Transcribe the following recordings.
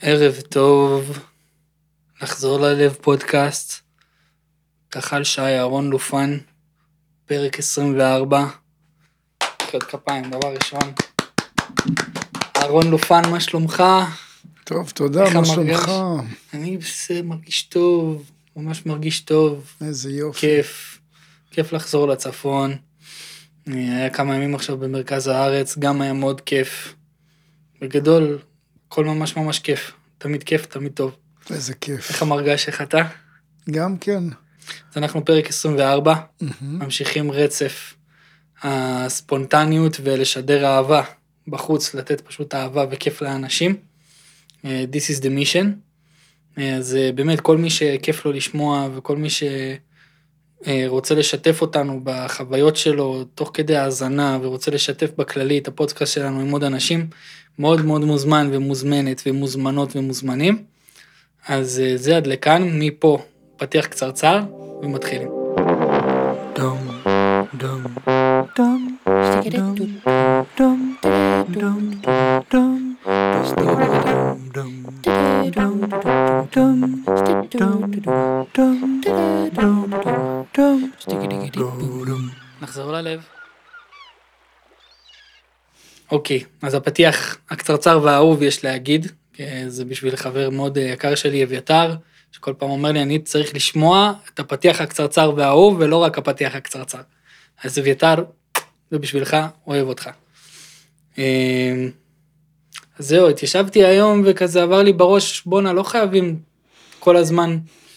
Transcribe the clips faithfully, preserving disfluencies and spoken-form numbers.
ערב טוב, לחזור ללב פודקאסט, כחל שי, אהרון לופן, פרק עשרים וארבע, קוד כפיים, דבר ראשון. אהרון לופן, מה שלומך? טוב, תודה, מה שלומך? אני בסדר, מרגיש טוב, ממש מרגיש טוב. איזה יופי. כיף, כיף לחזור לצפון. היה כמה ימים עכשיו במרכז הארץ, גם היה מאוד כיף. בגדול, הכל ממש ממש כיף. תמיד כיף, תמיד טוב. איזה כיף. איך המרגש, איך אתה? גם כן. אז אנחנו פרק עשרים וארבע, ממשיכים רצף הספונטניות ולשדר אהבה בחוץ, לתת פשוט אהבה וכיף לאנשים. This is the mission. אז באמת כל מי שכיף לו לשמוע וכל מי שרוצה לשתף אותנו בחוויות שלו תוך כדי האזנה ורוצה לשתף בכללי את הפודקאסט שלנו עם עוד אנשים, מאוד מאוד מוזמן ומוזמנת ומוזמנות ומוזמנים. אז זה עד לכאן, מפה פתיח קצרצר ומתחילים. דום, דום, דום, דום, דום, דום, דום, נחזור ללב. אוקיי, אז הפתיח הקצרצר והאהוב יש להגיד, זה בשביל חבר מאוד יקר שלי, אביתר, שכל פעם אומר לי, אני צריך לשמוע את הפתיח הקצרצר והאהוב, ולא רק הפתיח הקצרצר. אז אביתר, זה בשבילך, אוהב אותך. אז זהו, התיישבתי היום, וכזה עבר לי בראש, בונה, לא חייבים כל הזמן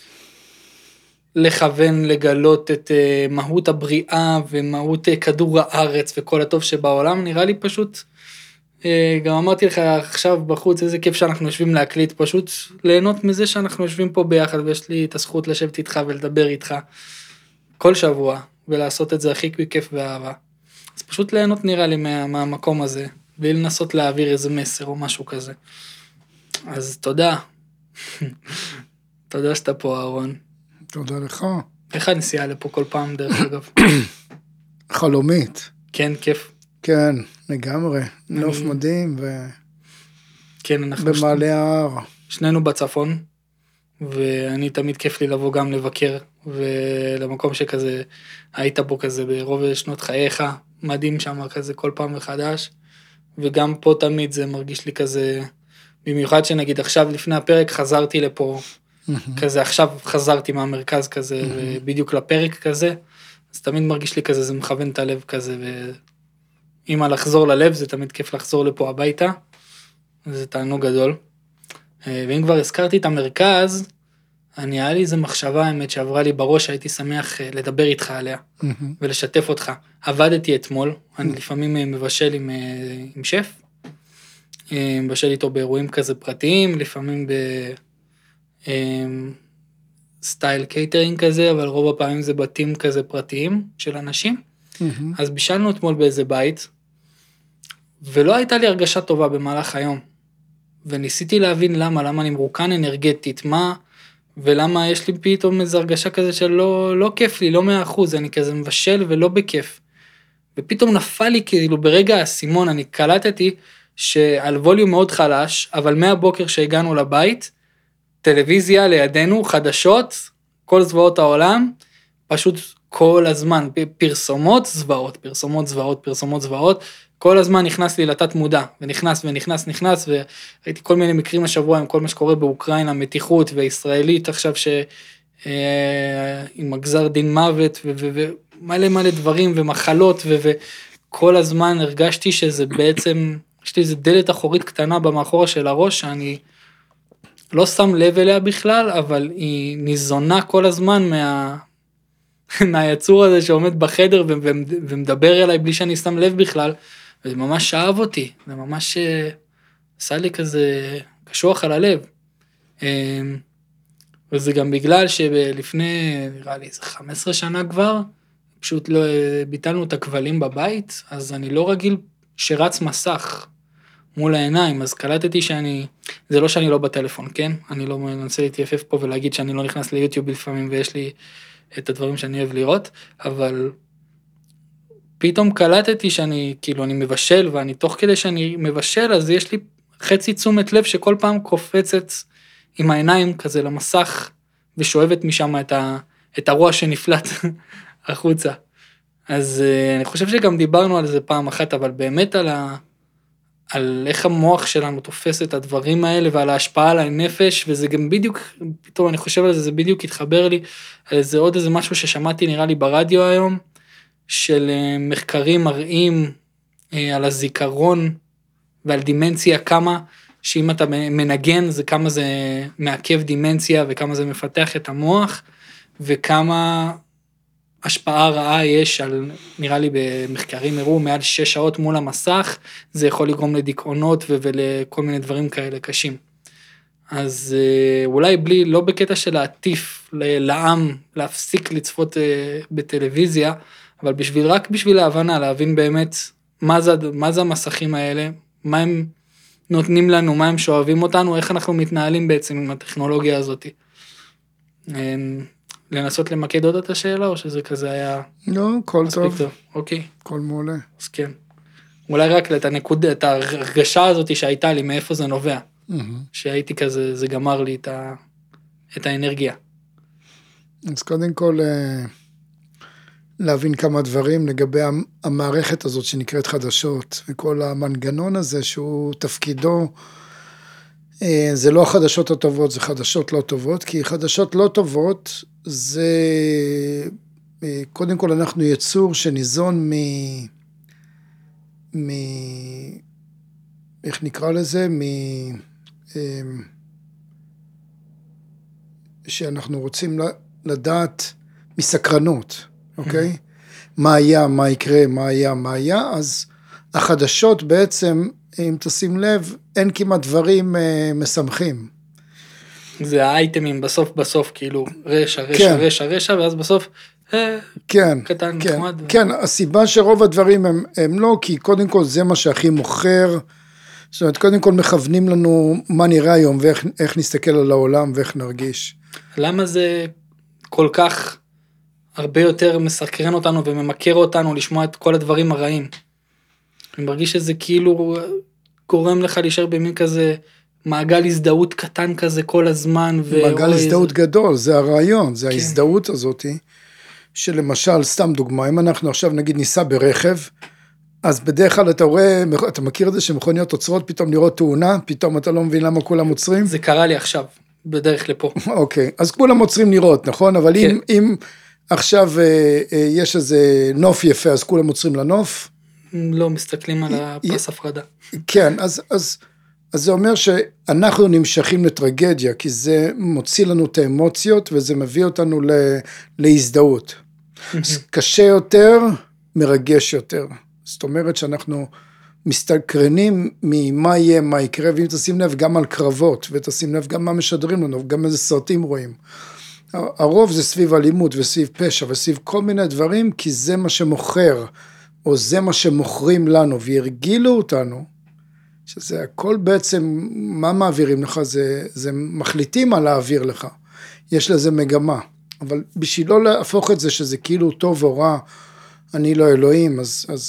לכוון, לגלות את מהות הבריאה, ומהות כדור הארץ, וכל הטוב שבעולם, נראה לי פשוט, גם אמרתי לך עכשיו בחוץ, איזה כיף שאנחנו יושבים להקליט, פשוט ליהנות מזה שאנחנו יושבים פה ביחד, ויש לי את הזכות לשבת איתך ולדבר איתך כל שבוע, ולעשות את זה הכי כיף ואהבה. אז פשוט ליהנות נראה לי מה, מהמקום הזה, בלי לנסות להעביר איזה מסר או משהו כזה. אז תודה. תודה שאתה פה, אהרון. תודה לך. איך הנסיעה לפה כל פעם, דרך אגב? חלומית. כן, כיף. כן, לגמרי. נוף מדהים ו... כן, אנחנו... במעלה ההר. שנינו בצפון, ואני תמיד כיף לי לבוא גם לבקר, ולמקום שכזה, היית בו כזה ברוב שנות חייך, מדהים שם כזה כל פעם מחדש, וגם פה תמיד זה מרגיש לי כזה, במיוחד שנגיד עכשיו לפני הפרק חזרתי לפה, כזה עכשיו חזרתי מהמרכז כזה, בדיוק לפרק כזה, אז תמיד מרגיש לי כזה, זה מכוון את הלב כזה, ואם על לחזור ללב, זה תמיד כיף לחזור לפה הביתה, זה תענוג גדול. ואם כבר הזכרתי את המרכז, אני היה לי איזו מחשבה, האמת שעברה לי בראש, הייתי שמח לדבר איתך עליה, ולשתף אותך. עבדתי אתמול, אני לפעמים מבשל עם, עם שף, מבשל איתו באירועים כזה פרטיים, לפעמים בסטייל קייטרינג כזה, אבל רוב הפעמים זה בתים כזה פרטיים של אנשים. אז בישלנו אתמול באיזה בית, ולא הייתה לי הרגשה טובה במהלך היום. וניסיתי להבין למה, למה אני מרוקן אנרגטית, מה, ולמה יש לי פתאום איזו הרגשה כזה שלא לא כיף לי, לא מאה אחוז, אני כזה מבשל ולא בכיף. ופתאום נפל לי כאילו ברגע הסימון, אני קלטתי שעל ווליום מאוד חלש, אבל מהבוקר שהגענו לבית, טלוויזיה לידינו, חדשות, כל זוועות העולם, פשוט כל הזמן, פרסומות זוועות, פרסומות זוועות, פרסומות זוועות, כל הזמן נכנס לי לתת מודע, ונכנס ונכנס, נכנס, וראיתי כל מיני מקרים השבוע עם כל מה שקורה באוקראינה, מתיחות וישראלית, עכשיו ש... עם הגזר דין מוות, ומלא מלא דברים ומחלות, וכל הזמן הרגשתי שזה בעצם, יש לי איזו דלת אחורית קטנה במאחורה של הראש, שאני לא שם לב אליה בכלל, אבל היא ניזונה כל הזמן מה... מהיצור הזה שעומד בחדר ומדבר אליי בלי שאני שם לב בכלל, וזה ממש שאהב אותי, זה ממש עשה לי כזה קשוח על הלב. וזה גם בגלל שלפני, נראה לי, איזה חמש עשרה שנה כבר, פשוט לא, ביטלנו את הכבלים בבית, אז אני לא רגיל שרץ מסך מול העיניים, אז קלטתי שאני, זה לא שאני לא בטלפון, כן? אני לא מנסה להתייפף פה ולהגיד שאני לא נכנס ליוטיוב לפעמים, ויש לי את הדברים שאני אוהב לראות, אבל פתאום קלטתי שאני, כאילו, אני מבשל, ואני תוך כדי שאני מבשל, אז יש לי חצי תשומת לב שכל פעם קופצת עם העיניים כזה למסך, ושואבת משם את, ה, את הרוע שנפלט החוצה. אז אני חושב שגם דיברנו על זה פעם אחת, אבל באמת על, ה, על איך המוח שלנו תופס את הדברים האלה, ועל ההשפעה על הנפש, וזה גם בדיוק, פתאום אני חושב על זה, זה בדיוק התחבר לי, על זה עוד איזה משהו ששמעתי נראה לי ברדיו היום, של מחקרים מראים על הזיכרון, ועל דימנציה כמה, שאם אתה מנגן, זה כמה זה מעכב דימנציה, וכמה זה מפתח את המוח, וכמה השפעה רעה יש על, נראה לי במחקרים הראו, מעל שש שעות מול המסך, זה יכול לגרום לדיכאונות ולכל מיני דברים כאלה קשים. אז אולי בלי, לא בקטע של להטיף לעם, להפסיק לצפות בטלוויזיה, אבל בשביל, רק בשביל ההבנה, להבין באמת מה זה, מה זה המסכים האלה, מה הם נותנים לנו, מה הם שואבים אותנו, איך אנחנו מתנהלים בעצם עם הטכנולוגיה הזאת. לנסות למקד עוד את השאלה, או שזה כזה היה... לא, כל טוב. טוב. אוקיי. כל מעולה. אז כן. אולי רק את הנקודה, את הרגשה הזאת שהייתה לי, מאיפה זה נובע. Mm-hmm. שהייתי כזה, זה גמר לי את, ה... את האנרגיה. אז קודם כל, להבין כמה דברים לגבי המערכת הזאת שנקראת חדשות, וכל המנגנון הזה שהוא תפקידו, זה לא החדשות הטובות, זה חדשות לא טובות, כי חדשות לא טובות זה, קודם כל אנחנו יצור שניזון מ... מ... איך נקרא לזה? מ... שאנחנו רוצים לדעת מסקרנות, אוקיי? מה היה, מה יקרה, מה היה, מה היה, אז החדשות בעצם, אם תשים לב, אין כמעט דברים אה, משמחים. זה האייטמים בסוף בסוף, כאילו, רשע, רשע, כן. רשע, רשע, ואז בסוף, אה, כן, קטן, כן, נחמד. כן, הסיבה שרוב הדברים הם, הם לא, כי קודם כל זה מה שהכי מוכר, זאת אומרת, קודם כל מכוונים לנו מה נראה היום, ואיך איך נסתכל על העולם, ואיך נרגיש. למה זה כל כך הרבה יותר מסקרן אותנו, וממכר אותנו לשמוע את כל הדברים הרעים? אני מרגיש שזה כאילו גורם לך להישאר במין כזה מעגל הזדהות קטן כזה כל הזמן. מעגל הזדהות זה... גדול, זה הרעיון, זה כן. ההזדהות הזאת, שלמשל, סתם דוגמה, אם אנחנו עכשיו נגיד ניסע ברכב, אז בדרך כלל אתה רואה, אתה מכיר את זה שמכוניות עוצרות, פתאום נראות תאונה, פתאום אתה לא מבין למה כולם עוצרים? זה קרה לי עכשיו, בדרך לפה. אוקיי, אז כולם עוצרים נראות, נכון? אבל כן. אם, אם עכשיו יש איזה נוף יפה, אז כולם עוצרים לנוף, לא מסתכלים על הפס הפרדה. כן, אז, אז, אז זה אומר שאנחנו נמשכים לטרגדיה, כי זה מוציא לנו את האמוציות, וזה מביא אותנו לה, להזדהות. קשה יותר, מרגש יותר. זאת אומרת שאנחנו מסתקרנים ממה יהיה, מה יקרה, ואם תשים לב גם על קרבות, ותשים לב גם מה משדרים לנו, גם איזה סרטים רואים. הרוב זה סביב אלימות, וסביב פשע, וסביב כל מיני דברים, כי זה מה שמוכר, או זה מה שמוכרים לנו, והרגילו אותנו, שזה הכל בעצם, מה מעבירים לך, זה, זה מחליטים על להעביר לך, יש לזה מגמה, אבל בשביל לא להפוך את זה, שזה כאילו טוב או רע, אני לא אלוהים, אז, אז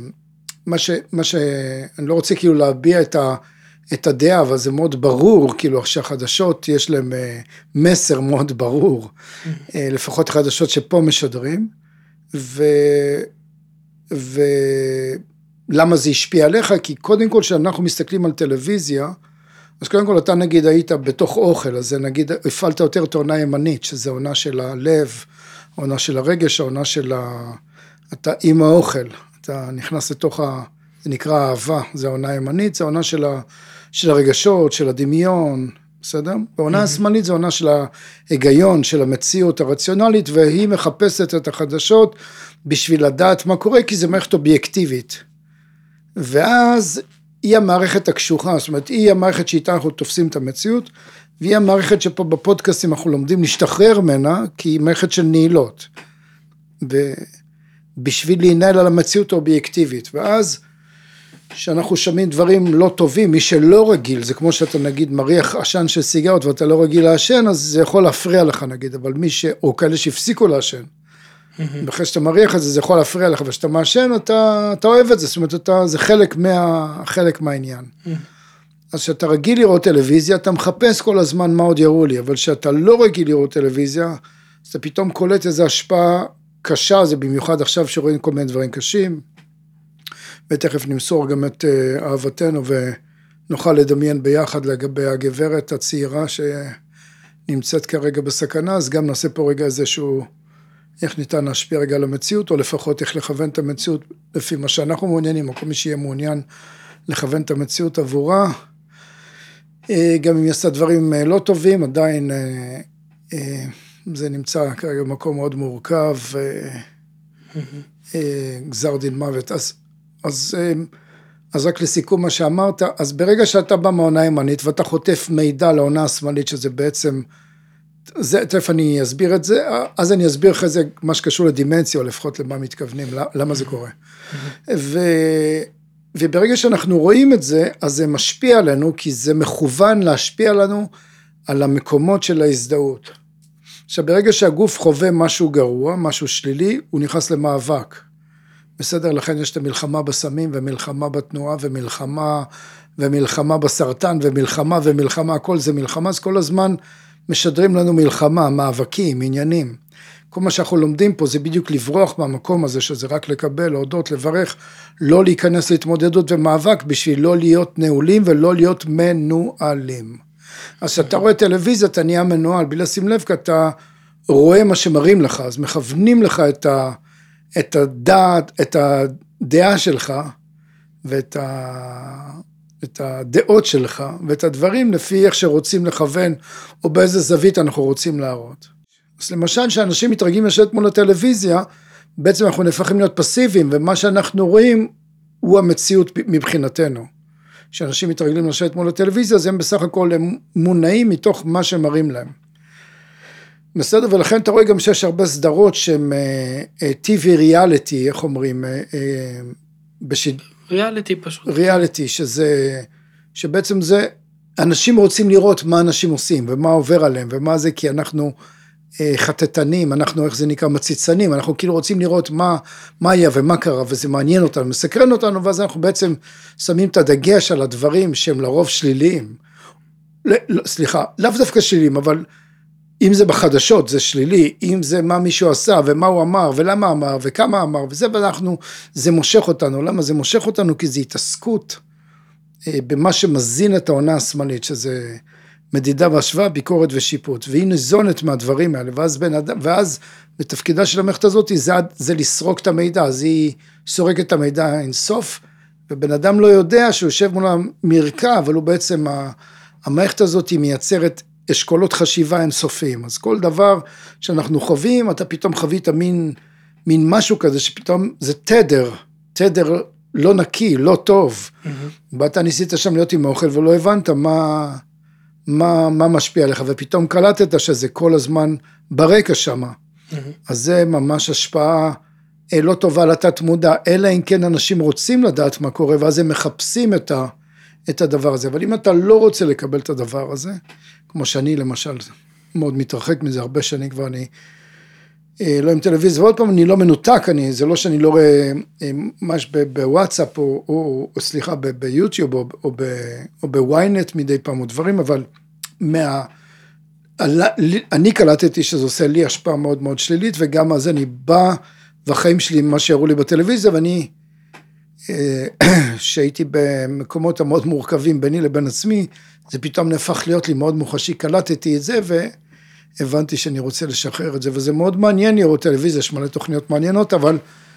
מה ש, מה ש, אני לא רוצה כאילו להביע את ה, את הדעה, אבל זה מאוד ברור, כאילו שהחדשות יש להם מסר מאוד ברור, לפחות חדשות שפה משדרים, ו... ולמה זה השפיע עליך? כי קודם כל שאנחנו מסתכלים על טלוויזיה, אז קודם כל אתה נגיד היית בתוך אוכל, אז נגיד הפעלת יותר את העונה ימנית, שזה העונה של הלב, העונה של הרגש, העונה של ה... אתה עם האוכל, אתה נכנס לתוך ה... זה נקרא אהבה, זה העונה ימנית, זה העונה של, ה... של הרגשות, של הדמיון, בסדר? העונה השמאלית זה העונה של ההיגיון, של המציאות הרציונלית, והיא מחפשת את החדשות בשביל לדעת מה קורה, כי זה מערכת אובייקטיבית. ואז היא המערכת הקשוחה, זאת אומרת, היא המערכת שאיתה אנחנו תופסים את המציאות, והיא המערכת שפה בפודקאסטים אנחנו לומדים להשתחרר ממנה, כי היא מערכת של נעילות. ובשביל להנהל על המציאות האובייקטיבית. ואז שאנחנו שומעים דברים לא טובים, מי שלא רגיל, זה כמו שאתה נגיד מריח עשן של סיגרות, ואתה לא רגיל לעשן, אז זה יכול להפריע לך נגיד, אבל מי ש... או כאלה שהפסיקו לעשן, אחרי שאתה מריח את זה, זה יכול להפריע לך, ושאתה מעשן, אתה, אתה אוהב את זה, זאת אומרת, אתה, זה חלק, מה, חלק מהעניין. אז כשאתה רגיל לראות טלוויזיה, אתה מחפש כל הזמן מה עוד יראו לי, אבל כשאתה לא רגיל לראות טלוויזיה, אז אתה פתאום קולט איזו השפעה קשה, זה במיוחד עכשיו שרואים כל מיני דברים קשים, ותכף נמסור גם את אהבתנו, ונוכל לדמיין ביחד לגבי הגברת הצעירה, שנמצאת כרגע בסכנה, אז גם נעשה פה רגע איזשהו, איך ניתן להשפיע רגע על המציאות, או לפחות איך לכוון את המציאות, לפי מה שאנחנו מעוניינים, או כל מי שיהיה מעוניין לכוון את המציאות עבורה, גם אם יש דברים לא טובים, עדיין זה נמצא כרגע במקום מאוד מורכב, גזר דין מוות, אז, אז, אז רק לסיכום מה שאמרת, אז ברגע שאתה בא מהעונה הימנית, ואתה חוטף מידע לעונה השמאלית, שזה בעצם, זה, תכף אני אסביר את זה, אז אני אסביר אחרי זה מה שקשור לדימנציה, או לפחות למה מתכוונים, למה זה קורה. ו... וברגע שאנחנו רואים את זה, אז זה משפיע עלינו, כי זה מכוון להשפיע עלינו על המקומות של ההזדהות. עכשיו, ברגע שהגוף חווה משהו גרוע, משהו שלילי, הוא נכנס למאבק. בסדר, לכן יש את המלחמה בסמים, ומלחמה בתנועה, ומלחמה, ומלחמה בסרטן, ומלחמה, ומלחמה, הכל זה מלחמה, אז כל הזמן משדרים לנו מלחמה, מאבקים, עניינים. כל מה שאנחנו לומדים פה זה בדיוק לברוח מהמקום הזה, שזה רק לקבל, להודות, לברך, לא להיכנס להתמודדות ומאבק, בשביל לא להיות נעולים ולא להיות מנועלים. אז כשאתה רואה טלוויזיה, אתה נהיה מנועל, בלי לשים לב, כי אתה רואה מה שמראים לך, אז מכוונים לך את, ה, את, הדעת, את הדעה שלך, ואת ה, את הדעות שלך, ואת הדברים לפי איך שרוצים לכוון, או באיזה זווית אנחנו רוצים להראות. אז למשל, שאנשים מתרגלים לשבת מול הטלוויזיה, בעצם אנחנו נהפכים להיות פסיביים, ומה שאנחנו רואים הוא המציאות מבחינתנו. שאנשים מתרגלים לשבת מול הטלוויזיה, אז הם בסך הכל הם מונעים מתוך מה שמראים להם. בסדר, ולכן אתה רואה גם שיש הרבה סדרות שהן טי וי ריאליטי, איך אומרים? בשיד... ריאליטי פשוט. ריאליטי, שזה, שבעצם זה, אנשים רוצים לראות מה אנשים עושים, ומה עובר עליהם, ומה זה, כי אנחנו חטטנים, אנחנו, איך זה נקרא, מציצנים, אנחנו כאילו רוצים לראות מה, מה היה ומה קרה, וזה מעניין אותנו, מסקרן אותנו, ואז אנחנו בעצם שמים את הדגש על הדברים שהם לרוב שליליים, לא, לא, סליחה, לאו דווקא שליליים, אבל אם זה בחדשות זה שלילי, אם זה מה מישהו עשה, ומה הוא אמר, ולמה אמר, וכמה אמר, וזה, ואנחנו, זה מושך אותנו, למה זה מושך אותנו? כי זה התעסקות במה שמזין את העונה השמאלית, שזה מדידה והשוואה, ביקורת ושיפוט, והיא ניזונת מהדברים האלה, ואז, בין אדם, ואז בתפקידה של המערכת הזאת, זה, זה לסרוק את המידע, אז היא סורקת את המידע אינסוף, ובן אדם לא יודע שהוא יושב מול המרקע, אבל הוא בעצם, המערכת הזאת היא מייצרת אשכולות חשיבה אינסופיים, אז כל דבר שאנחנו חווים, אתה פתאום חווית מין, מין משהו כזה, שפתאום זה תדר, תדר לא נקי, לא טוב, mm-hmm. ואתה ניסית שם להיות עם האוכל, ולא הבנת מה... מה, מה משפיע עליך, ופתאום קלטת שזה כל הזמן ברקע שמה, mm-hmm. אז זה ממש השפעה לא טובה לתת מודע, אלא אם כן אנשים רוצים לדעת מה קורה, ואז הם מחפשים את, ה, את הדבר הזה, אבל אם אתה לא רוצה לקבל את הדבר הזה, כמו שאני למשל, מאוד מתרחק מזה, הרבה שנים כבר אני לא עם טלוויזיה, ועוד פעם אני לא מנותק, אני, זה לא שאני לא רואה ממש בוואטסאפ, או, או, או סליחה, ב, ביוטיוב, או, או, ב, או בוויינט מדי פעם, או דברים, אבל מה, אני קלטתי שזה עושה לי השפעה מאוד מאוד שלילית, וגם אז אני בא, והחיים שלי, מה שהראו לי בטלוויזיה, ואני, שהייתי במקומות המאוד מורכבים, ביני לבין עצמי, זה פתאום נהפך להיות לי מאוד מוחשי, קלטתי את זה, ו... הבנתי שאני רוצה לשחרר את זה, וזה מאוד מעניין לראות טלוויזיה, יש מלא תוכניות מעניינות, אבל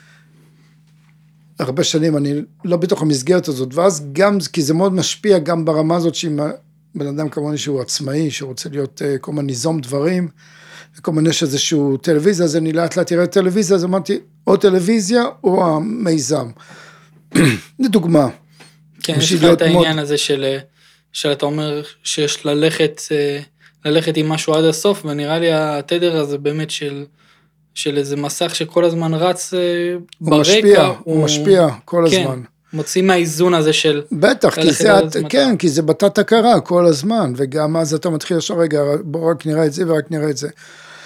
הרבה שנים אני לא בתוך המסגרת הזאת, ואז גם, כי זה מאוד משפיע גם ברמה הזאת, שאם בן אדם כמוני שהוא עצמאי, שרוצה להיות כל מיני ניזום דברים, וכל מיני יש איזשהו טלוויזיה, אז אני לאט לאט תראה טלוויזיה, אז אמרתי, או טלוויזיה, או המיזם. לדוגמה. כן, יש לך את העניין הזה של, של אתה אומר, שיש ללכת... ללכת עם משהו עד הסוף, ונראה לי התדר הזה באמת של, של איזה מסך שכל הזמן רץ הוא ברקע. משפיע, הוא, הוא משפיע כל כן, הזמן. מוציא מהאיזון הזה של... בטח, כי זה, את, כן, כי זה בתת הכרה כל הזמן, וגם אז אתה מתחיל עכשיו, רגע, בוא רק נראה את זה ורק נראה את זה.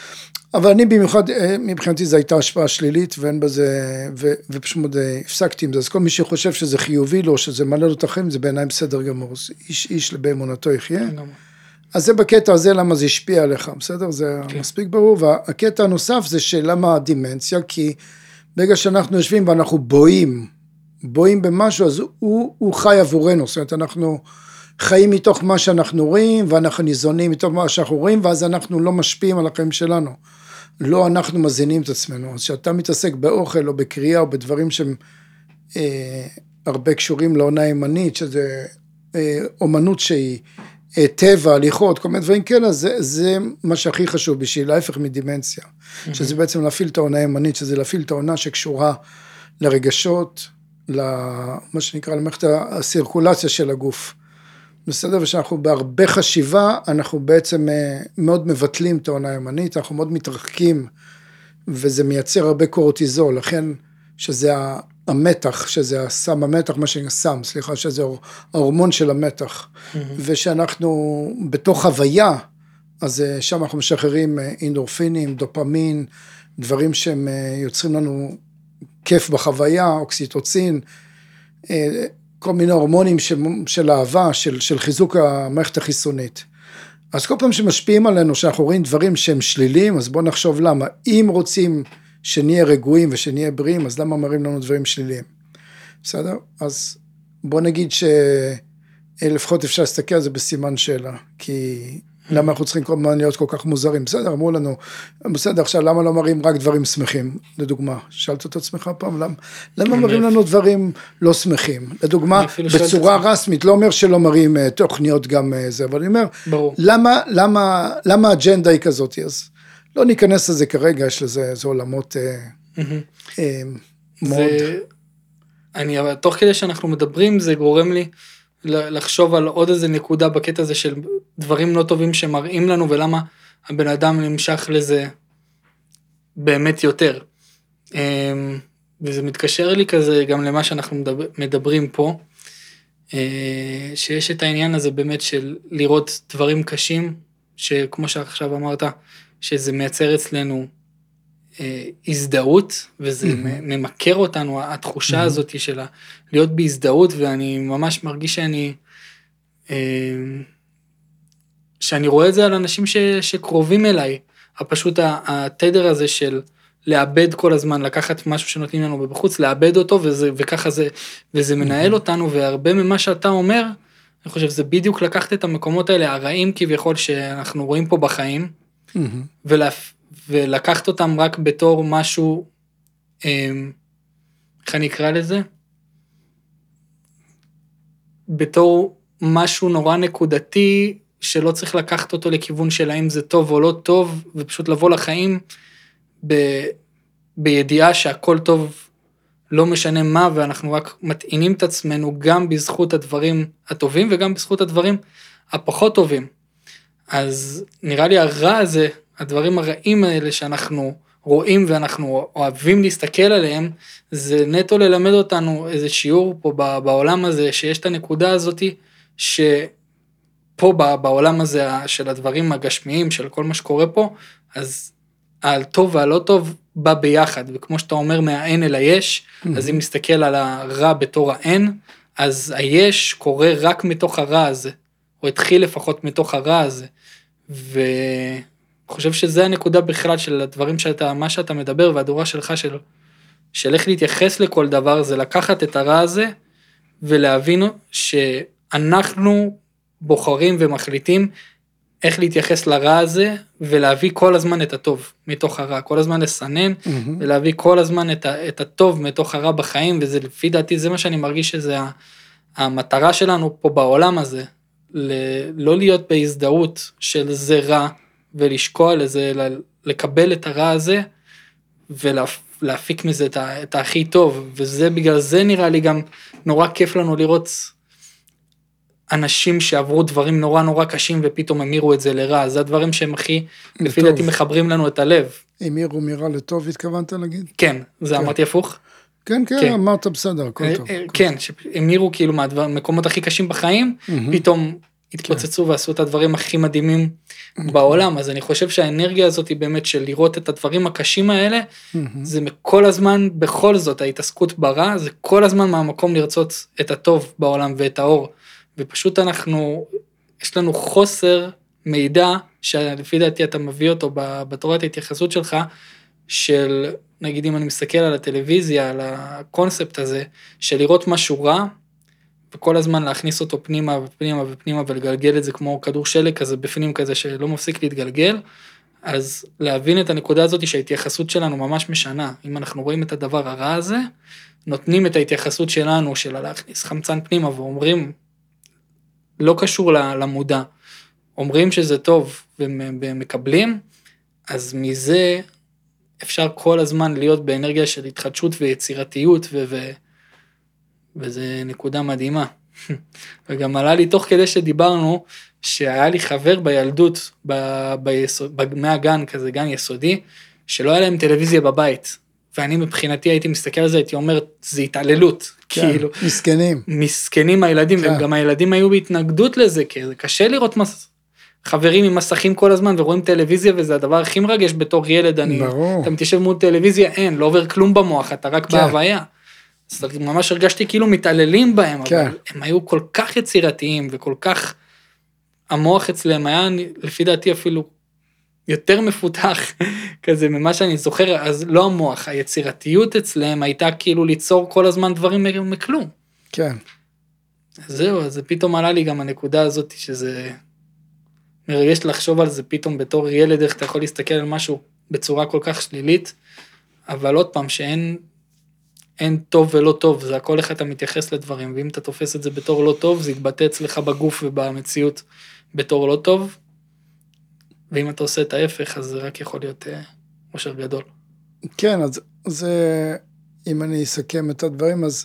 אבל אני במיוחד, מבחינתי זו הייתה השפעה שלילית, ואין בזה, ו, ופשוט מאוד הפסקתי עם זה, אז כל מי שחושב שזה חיובי לו, שזה מלא לו את החיים, זה בעיניי בסדר גמור, איש איש באמונתו יחיה. אז זה בקטע הזה, למה זה השפיע עליך, בסדר? זה okay. מספיק ברור, והקטע הנוסף זה שלמה הדימנציה, כי ברגע שאנחנו יושבים ואנחנו בואים, בואים במשהו, אז הוא, הוא חי עבורנו, זאת אומרת, אנחנו חיים מתוך מה שאנחנו רואים, ואנחנו ניזונים מתוך מה שאנחנו רואים, ואז אנחנו לא משפיעים על החיים שלנו. לא אנחנו מזינים את עצמנו. אז שאתה מתעסק באוכל, או בקריאה, או בדברים שהם אה, הרבה קשורים לעונה ימנית, שזה אה, אומנות שהיא אה, טבע, הליכות, כל מיני דברים כאלה, זה, זה מה שהכי חשוב בשביל, ההפך מדימנציה. Mm-hmm. שזה בעצם להפעיל את העונה ימנית, שזה להפעיל את העונה שקשורה לרגשות, למה שנקרא, למערכת הסירקולציה של הגוף. בסדר, ושאנחנו בהרבה חשיבה, אנחנו בעצם מאוד מבטלים את העונה הימנית, אנחנו מאוד מתרחקים, וזה מייצר הרבה קורטיזול, לכן שזה המתח, שזה הסם המתח, מה שנקרא סם, סליחה, שזה ההורמון של המתח, mm-hmm. ושאנחנו בתוך הוויה, אז שם אנחנו משחררים אינדורפינים, דופמין, דברים שהם יוצרים לנו כיף בחוויה, אוקסיטוצין, כל מיני הורמונים של, של אהבה, של, של חיזוק המערכת החיסונית. אז כל פעם שמשפיעים עלינו, שאנחנו רואים דברים שהם שליליים, אז בואו נחשוב למה. אם רוצים שנהיה רגועים ושנהיה בריאים, אז למה מראים לנו דברים שליליים? בסדר? אז בואו נגיד שלפחות אפשר להסתכל על זה בסימן שאלה, כי למה אנחנו צריכים כל הזמן להיות כל כך מוזרים? בסדר, אמרו לנו, בסדר, עכשיו למה לא מראים רק דברים שמחים? לדוגמה, שאלת את עצמך פעם, למה, למה מראים לנו דברים לא שמחים? לדוגמה, בצורה רסמית, לא אומר שלא מראים תוכניות גם זה, אבל אני אומר, למה, למה, למה האג'נדה היא כזאת? אז לא ניכנס לזה כרגע, יש לזה איזה עולמות מאוד. אני, תוך כדי שאנחנו מדברים, זה גורם לי, לחשוב על עוד איזה נקודה בקטע הזה של דברים לא טובים שמראים לנו, ולמה הבן אדם נמשך לזה באמת יותר. וזה מתקשר לי כזה גם למה שאנחנו מדבר, מדברים פה, שיש את העניין הזה באמת של לראות דברים קשים, שכמו שעכשיו אמרת, שזה מייצר אצלנו הזדהות, וזה ממכר אותנו, התחושה הזאת של להיות בהזדהות, ואני ממש מרגיש שאני, שאני רואה את זה על אנשים ש, שקרובים אליי, הפשוט התדר הזה של לאבד כל הזמן, לקחת משהו שנותנים לנו בחוץ, לאבד אותו, וזה, וככה זה, וזה מנהל אותנו, והרבה ממה שאתה אומר, אני חושב, זה בדיוק לקחת את המקומות האלה, הרעים כביכול שאנחנו רואים פה בחיים, ולהפ... ולקחת אותם רק בתור משהו, איך אני אקרא לזה? בתור משהו נורא נקודתי, שלא צריך לקחת אותו לכיוון של האם זה טוב או לא טוב, ופשוט לבוא לחיים ב... בידיעה שהכל טוב, לא משנה מה, ואנחנו רק מטעינים את עצמנו גם בזכות הדברים הטובים, וגם בזכות הדברים הפחות טובים. אז נראה לי הרע הזה, הדברים הרעים האלה שאנחנו רואים ואנחנו אוהבים להסתכל עליהם, זה נטו ללמד אותנו איזה שיעור פה בעולם הזה, שיש את הנקודה הזאת, שפה בעולם הזה של הדברים הגשמיים, של כל מה שקורה פה, אז הטוב והלא טוב בא ביחד, וכמו שאתה אומר מהאין אל היש, mm-hmm. אז אם נסתכל על הרע בתור האין, אז היש קורה רק מתוך הרע הזה, או התחיל לפחות מתוך הרע הזה, ו... אני חושב שזה הנקודה בכלל של הדברים שאתה, מה שאתה מדבר, והדורה שלך של, של איך להתייחס לכל דבר, זה לקחת את הרע הזה, ולהבין שאנחנו בוחרים ומחליטים איך להתייחס לרע הזה, ולהביא כל הזמן את הטוב מתוך הרע, כל הזמן לסנן, mm-hmm. ולהביא כל הזמן את, ה, את הטוב מתוך הרע בחיים, וזה לפי דעתי, זה מה שאני מרגיש שזה המטרה שלנו פה בעולם הזה, ל- לא להיות בהזדהות של זה רע, ולשקוע לזה, לקבל את הרע הזה, ולהפיק מזה את, ה, את הכי טוב, וזה בגלל זה נראה לי גם נורא כיף לנו לראות אנשים שעברו דברים נורא נורא קשים, ופתאום המירו את זה לרע, זה הדברים שהם הכי, לפי דעתי מחברים לנו את הלב. המירו מרע לטוב, התכוונת להגיד? כן, זה כן. אמרתי הפוך? כן, כן, כן. אמרת בסדר, הכל טוב. כן, שהמירו כאילו מהמקומות הכי קשים בחיים, mm-hmm. פתאום התפוצצו ועשו את הדברים הכי מדהימים בעולם, אז אני חושב שהאנרגיה הזאת היא באמת של לראות את הדברים הקשים האלה, זה כל הזמן, בכל זאת, ההתעסקות ברע, זה כל הזמן מהמקום לרצות את הטוב בעולם ואת האור, ופשוט אנחנו, יש לנו חוסר מידע, שלפי דעתי אתה מביא אותו בתורת ההתייחסות שלך, של, נגיד אם אני מסתכל על הטלוויזיה, על הקונספט הזה, של לראות משהו רע, וכל הזמן להכניס אותו פנימה ופנימה ופנימה, ולגלגל את זה כמו כדור שלג כזה, בפנים כזה שלא מפסיק להתגלגל, אז להבין את הנקודה הזאת שההתייחסות שלנו ממש משנה, אם אנחנו רואים את הדבר הרע הזה, נותנים את ההתייחסות שלנו, של להכניס חמצן פנימה, ואומרים, לא קשור למודע, אומרים שזה טוב, ומקבלים, אז מזה אפשר כל הזמן להיות באנרגיה של התחדשות ויצירתיות, ו... ו וזה נקודה מדהימה. וגם עלה לי תוך כדי שדיברנו, שהיה לי חבר בילדות, ב- ביסוד, מהגן כזה, גן יסודי, שלא היה להם טלוויזיה בבית, ואני מבחינתי הייתי מסתכל על זה, הייתי אומר, זה התעללות, כן, כאילו. מסכנים. מסכנים הילדים, כן. וגם הילדים היו בהתנגדות לזה, כי זה קשה לראות מס... חברים עם מסכים כל הזמן, ורואים טלוויזיה, וזה הדבר הכי מרגש בתור ילד, אני, ברור. אתה מתיישב מול טלוויזיה, אין, לא עובר כלום במוח, אתה רק כן. בהוויה. אז ממש הרגשתי כאילו מתעללים בהם, כן. אבל הם היו כל כך יצירתיים, וכל כך, המוח אצלם היה, לפי דעתי אפילו, יותר מפותח, כזה, ממה שאני זוכר, אז לא המוח, היצירתיות אצלם הייתה כאילו ליצור כל הזמן דברים מכלום. כן. זהו, אז פתאום עלה לי גם הנקודה הזאת, שזה מרגש לחשוב על זה פתאום בתור ילד, איך אתה יכול להסתכל על משהו בצורה כל כך שלילית, אבל עוד פעם, שאין, אין טוב ולא טוב, זה הכל איך אתה מתייחס לדברים, ואם אתה תופס את זה בתור לא טוב, זה יתבטא אצלך בגוף ובמציאות בתור לא טוב, ואם אתה עושה את ההפך, אז זה רק יכול להיות אה, אושר גדול. כן, אז זה, אם אני אסכם את הדברים, אז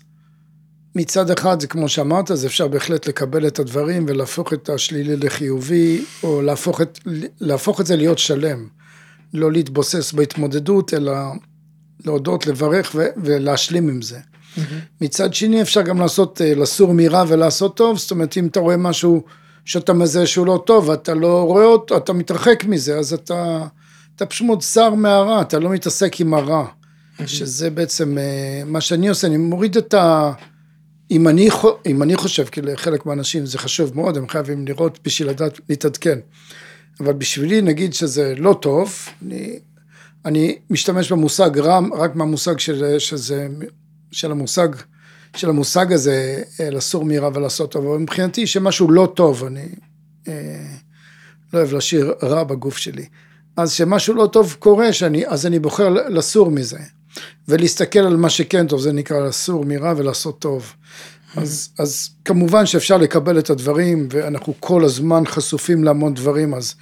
מצד אחד, זה כמו שאמרת, אז אפשר בהחלט לקבל את הדברים, ולהפוך את השלילי לחיובי, או להפוך את, להפוך את זה להיות שלם, לא להתבוסס בהתמודדות, אלא להודות, לברך ו- ולהשלים עם זה. Mm-hmm. מצד שני, אפשר גם לעשות, לסור מרע ולעשות טוב, זאת אומרת, אם אתה רואה משהו שאתה מזהה שהוא לא טוב, אתה לא רואה אותו, אתה מתרחק מזה, אז אתה, אתה פשוט שר מהרע, אתה לא מתעסק עם הרע, mm-hmm. שזה בעצם מה שאני עושה, אני מוריד את ה... אם אני, אם אני חושב, כי לחלק מהאנשים זה חשוב מאוד, הם חייבים לראות בשביל לדעת, להתעדכן, אבל בשבילי נגיד שזה לא טוב, אני... אני משתמש במושג רם, רק מהמושג של, שזה, של המושג, של המושג הזה, לסור מרע ולעשות טוב, אבל מבחינתי שמשהו לא טוב, אני אה, לא אוהב לשיר רע בגוף שלי, אז שמשהו לא טוב קורה, שאני, אז אני בוחר לסור מזה, ולהסתכל על מה שכן טוב, זה נקרא לסור מרע ולעשות טוב, אז, אז כמובן שאפשר לקבל את הדברים, ואנחנו כל הזמן חשופים להמון דברים, אז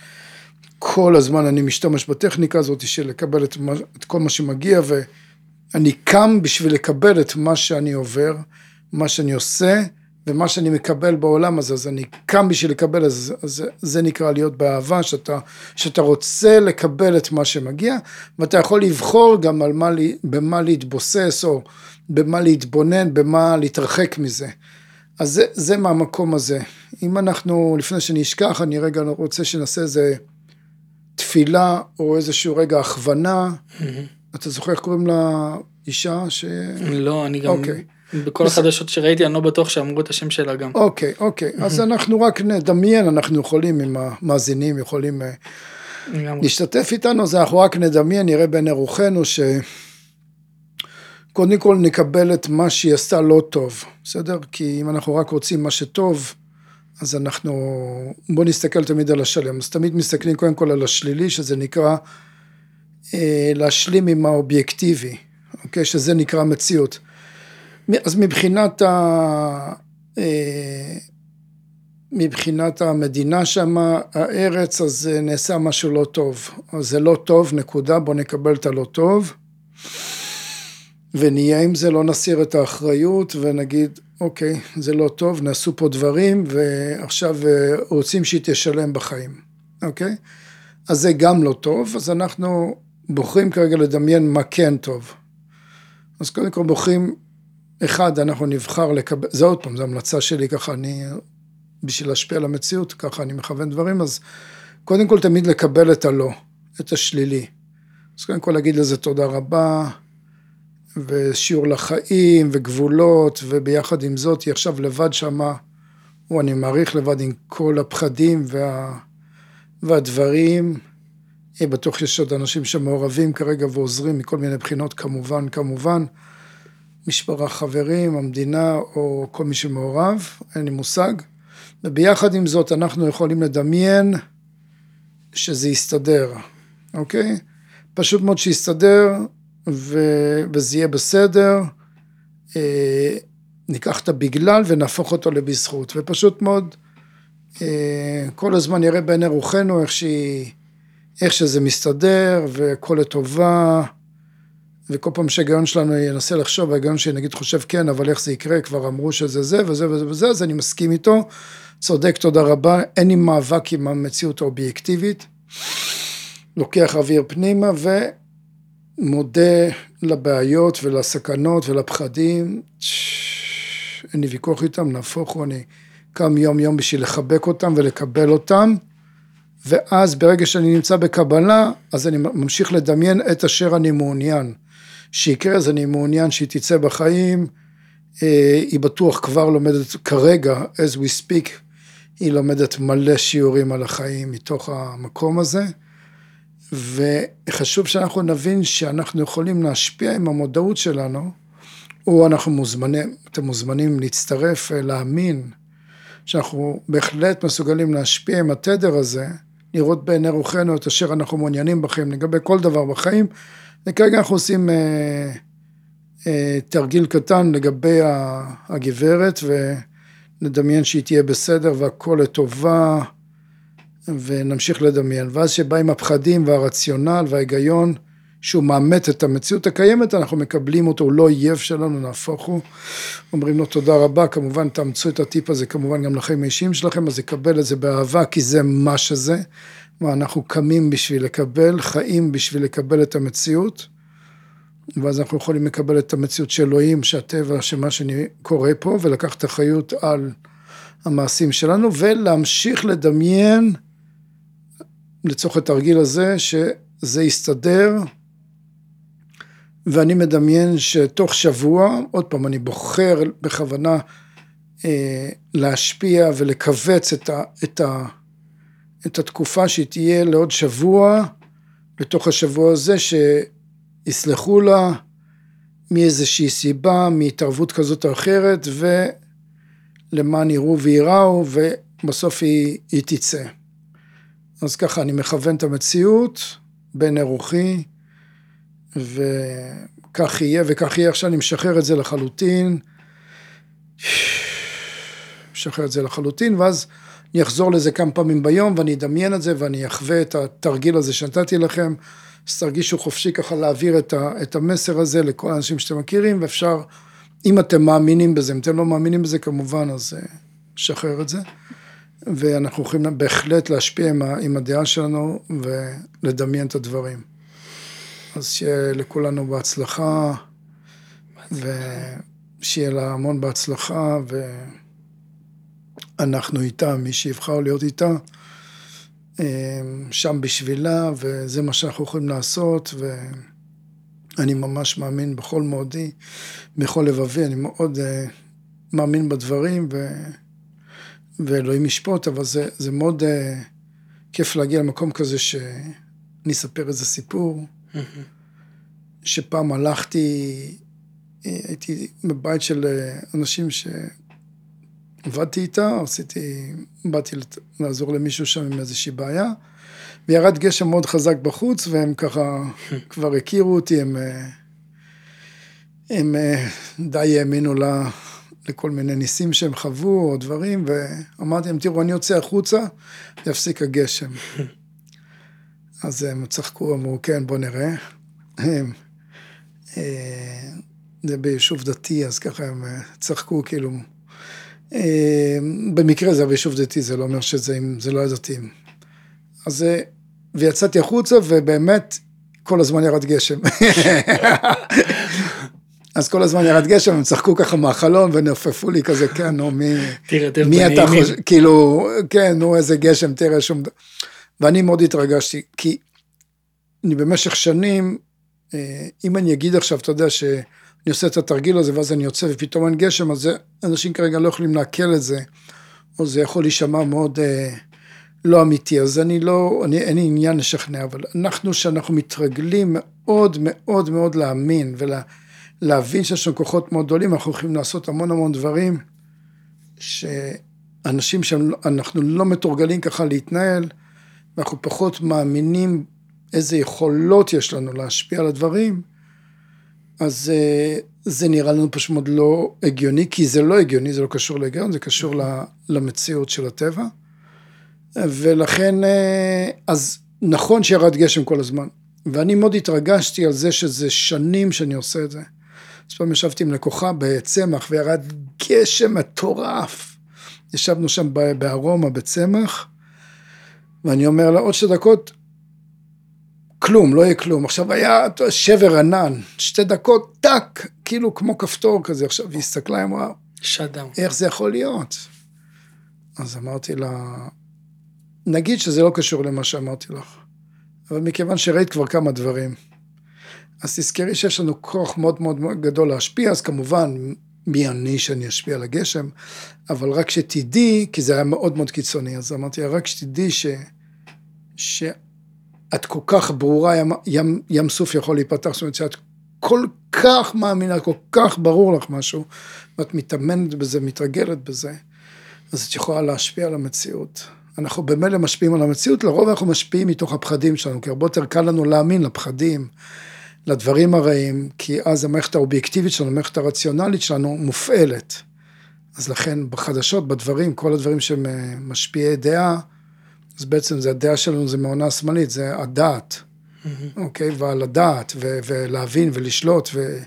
כל הזמן אני משתמש בטכניקה הזאת של לקבל את, מה, את כל מה שמגיע, ואני קם בשביל לקבל את מה שאני עובר, מה שאני עושה, ומה שאני מקבל בעולם הזה, אז אני קם בשביל לקבל, אז, אז זה נקרא להיות באהבה, שאתה, שאתה רוצה לקבל את מה שמגיע, ואתה יכול לבחור גם על מה, במה להתבוסס, או במה להתבונן, במה להתרחק מזה. אז זה, זה מהמקום הזה. אם אנחנו, לפני שנשכח, אני רגע רוצה שנעשה איזה, תפילה או איזשהו רגע הכוונה, אתה זוכר איך קוראים לה אישה ש... לא, אני גם, בכל החדשות שראיתי, אני לא בטוח שאמרו את השם שלה גם. אוקיי, אוקיי, אז אנחנו רק נדמיין, אנחנו יכולים עם המאזינים, יכולים להשתתף איתנו, אז אנחנו רק נדמיין, נראה בין רוחנו, ש... קודם כל נקבל את מה שהיא עשתה לא טוב, בסדר? כי אם אנחנו רק רוצים מה שטוב, אז אנחנו, בוא נסתכל תמיד על השלם, אז תמיד מסתכלים קודם כל על השלילי, שזה נקרא אה, להשלים עם האובייקטיבי, אוקיי? שזה נקרא מציאות. אז מבחינת, ה, אה, מבחינת המדינה שם, הארץ, אז נעשה משהו לא טוב. אז זה לא טוב, נקודה, בוא נקבל את הלא טוב, ונהיה עם זה, לא נסיר את האחריות, ונגיד, אוקיי, זה לא טוב, נעשו פה דברים, ועכשיו רוצים שהיא תשלם בחיים, אוקיי? אז זה גם לא טוב, אז אנחנו בוחרים כרגע לדמיין מה כן טוב. אז קודם כל בוחרים, אחד, אנחנו נבחר לקבל, זה עוד פעם, זו המלצה שלי ככה, אני בשביל להשפיע על המציאות, ככה אני מכוון דברים, אז קודם כל תמיד לקבל את הלא, את השלילי. אז קודם כל להגיד לזה תודה רבה, ושיעור לחיים, וגבולות, וביחד עם זאת, היא עכשיו לבד שמה, או אני מעריך לבד עם כל הפחדים וה, והדברים, היא בטוח שיש עוד אנשים שמעורבים כרגע ועוזרים מכל מיני בחינות, כמובן, כמובן, משפחה, חברים, המדינה, או כל מי שמעורב, אין לי מושג, וביחד עם זאת אנחנו יכולים לדמיין שזה יסתדר, אוקיי? פשוט מאוד שיסתדר, ו... וזה יהיה בסדר, אה, ניקח את הבגלל ונהפוך אותו לבזכות, ופשוט מאוד, אה, כל הזמן נראה בעיני רוחנו איך, שהיא, איך שזה מסתדר, וכל לטובה, וכל פעם שהגיון שלנו ינסה לחשוב, והגיון שנגיד חושב כן, אבל איך זה יקרה, כבר אמרו שזה זה וזה וזה וזה, אז אני מסכים איתו, צודק, תודה רבה, אין לי מאבק עם המציאות האובייקטיבית, לוקח אוויר פנימה ומודה לבעיות ולסכנות ולפחדים, אין לי ויכוח איתם, נהפוך, אני קם יום יום בשביל לחבק אותם ולקבל אותם, ואז ברגע שאני נמצא בקבלה, אז אני ממשיך לדמיין את אשר אני מעוניין, שיקרה, אז אני מעוניין שהיא תצא בחיים, היא בטוח כבר לומדת כרגע, as we speak, היא לומדת מלא שיעורים על החיים מתוך המקום הזה, וחשוב שאנחנו נבין שאנחנו יכולים להשפיע עם המודעות שלנו, או אנחנו מוזמנים, אתם מוזמנים להצטרף, להאמין, שאנחנו בהחלט מסוגלים להשפיע עם התדר הזה, לראות בעיני רוחנו את אשר אנחנו מעוניינים בחיים, לגבי כל דבר בחיים, וכרגע אנחנו עושים אה, אה, תרגיל קטן לגבי הגברת, ונדמיין שהיא תהיה בסדר והכל לטובה, ונמשיך לדמיין, ואז שבא עם הפחדים והרציונל וההיגיון, שהוא מאמת את המציאות הקיימת, אנחנו מקבלים אותו, הוא לא אויב שלנו, נהפוך הוא, אומרים לו תודה רבה, כמובן תאמצו את הטיפ הזה, כמובן גם לחיים האישיים שלכם, אז יקבל את זה באהבה, כי זה מה שזה, ואנחנו קמים בשביל לקבל, חיים בשביל לקבל את המציאות, ואז אנחנו יכולים לקבל את המציאות של אלוהים, שהטבע, שמה שאני קורא פה, ולקחת אחריות על המעשים שלנו, ולהמשיך לדמיין, לצורך התרגיל הזה, שזה יסתדר, ואני מדמיין שתוך שבוע, עוד פעם אני בוחר בכוונה אה, להשפיע ולכווץ את, ה, את, ה, את התקופה שהיא תהיה לעוד שבוע, בתוך השבוע הזה שיסלחו לה מאיזושהי סיבה, מהתערבות כזאת או אחרת, ולמען יראו ויראו, ובסוף היא, היא תצא. אז ככה אני מכוון את המציאות, בין רוחי, וכך יהיה, וכך יהיה, עכשיו אני משחרר את זה לחלוטין, משחרר את זה לחלוטין, ואז אני אחזור לזה כמה פעמים ביום, ואני אדמיין את זה, ואני אחווה את התרגיל הזה שנתתי לכם, אז תרגישו חופשי ככה להעביר את, ה, את המסר הזה לכל האנשים שאתם מכירים, ואפשר, אם אתם מאמינים בזה, אם אתם לא מאמינים בזה כמובן, אז שחרר את זה, ואנחנו יכולים בהחלט להשפיע עם, עם הדעה שלנו, ולדמיין את הדברים. אז שיהיה לכולנו בהצלחה, ושיהיה לה המון בהצלחה, ואנחנו איתה, מי שיבחר להיות איתה, שם בשבילה, וזה מה שאנחנו יכולים לעשות, ואני ממש מאמין בכל מאודי, בכל לבבי, אני מאוד מאמין בדברים, ו... ואלוהים ישפוט, אבל זה, זה מאוד כיף להגיע למקום כזה, שאני אספר איזה סיפור, שפעם הלכתי, הייתי בבית של אנשים שעבדתי איתה, עשיתי, באתי לעזור למישהו שם עם איזושהי בעיה, וירד גשם מאוד חזק בחוץ, והם ככה כבר הכירו אותי, הם, הם די האמינו לה, לכל מיני ניסים שהם חוו או דברים, ואמרתי להם, תראו, אני יוצא החוצה, יפסיק הגשם. אז הם צחקו, אמרו, כן, בוא נראה. זה ביישוב דתי, אז ככה הם צחקו, כאילו, במקרה זה ביישוב דתי, זה לא אומר שזה, זה לא היה דתי. אז, ויצאתי החוצה, ובאמת, כל הזמן ירד גשם. אז כל הזמן ירד גשם, הם צחקו ככה מהחלון, ונופפו לי כזה, כן, נו, מי, מי אתה חושב, כאילו, כן, נו, איזה גשם, תראה שום, ואני מאוד התרגשתי, כי אני במשך שנים, אם אני אגיד עכשיו, אתה יודע שאני עושה את התרגיל הזה, ואז אני יוצא ופתאום אין גשם, אז אנשים כרגע לא יכולים להקל את זה, או זה יכול להישמע מאוד לא אמיתי, אז אני לא, אני, אין לי עניין לשכנע, אבל אנחנו, שאנחנו מתרגלים מאוד מאוד מאוד להאמין, ולהבין שיש לנו כוחות מאוד גדולים, אנחנו יכולים לעשות המון המון דברים, שאנשים שאנחנו לא מתורגלים ככה להתנהל, ואנחנו פחות מאמינים איזה יכולות יש לנו להשפיע על הדברים, אז זה נראה לנו פשוט מאוד לא הגיוני, כי זה לא הגיוני, זה לא קשור להיגיון, זה קשור למציאות של הטבע, ולכן, אז נכון שירד גשם כל הזמן, ואני מאוד התרגשתי על זה שזה שנים שאני עושה את זה. אז פעם ישבתי עם לקוחה בצמח, וירד גשם מטורף, ישבנו שם בארומה בצמח, ואני אומר לה עוד שתי דקות, כלום, לא יהיה כלום, עכשיו היה שבר ענן, שתי דקות, טק, כאילו כמו כפתור כזה, עכשיו היא הסתכלה, היא אמרה, שדם. איך זה יכול להיות? אז אמרתי לה, נגיד שזה לא קשור למה שאמרתי לך, אבל מכיוון שראית כבר כמה דברים, אז תזכרי שיש לנו כוח מאוד מאוד גדול להשפיע, אז כמובן, מי אני שאני אשפיע על הגשם, אבל רק שתדעי, כי זה היה מאוד מאוד קיצוני, אז אמרתי, רק שתדעי ש... ש... את כל כך ברורה, ים, ים, ים סוף יכול להיפתח, זאת אומרת שאת כל כך מאמינה, כל כך ברור לך משהו, ואת מתאמנת בזה, מתרגלת בזה, אז את יכולה להשפיע על המציאות. אנחנו במילא משפיעים על המציאות, לרוב אנחנו משפיעים מתוך הפחדים שלנו, כי הרבה יותר קל לנו להאמין לפחדים, לדברים הרעים, כי אז המערכת האובייקטיבית שלנו, המערכת הרציונלית שלנו מופעלת. אז לכן בחדשות, בדברים, כל הדברים שהם משפיעי דעה, אז בעצם זה הדעה שלנו, זה מעונה השמאלית, זה הדעת, אוקיי, ועל הדעת, ולהבין ולשלוט,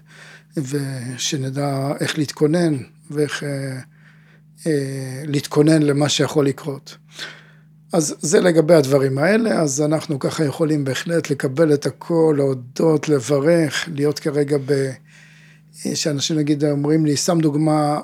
ושנדע איך להתכונן, ואיך להתכונן למה שיכול לקרות. אז זה לגבי הדברים האלה, אז אנחנו ככה יכולים בהחלט לקבל את הכל, להודות, לברך, להיות כרגע ב... שאנשים נגיד אומרים לי, שם דוגמה,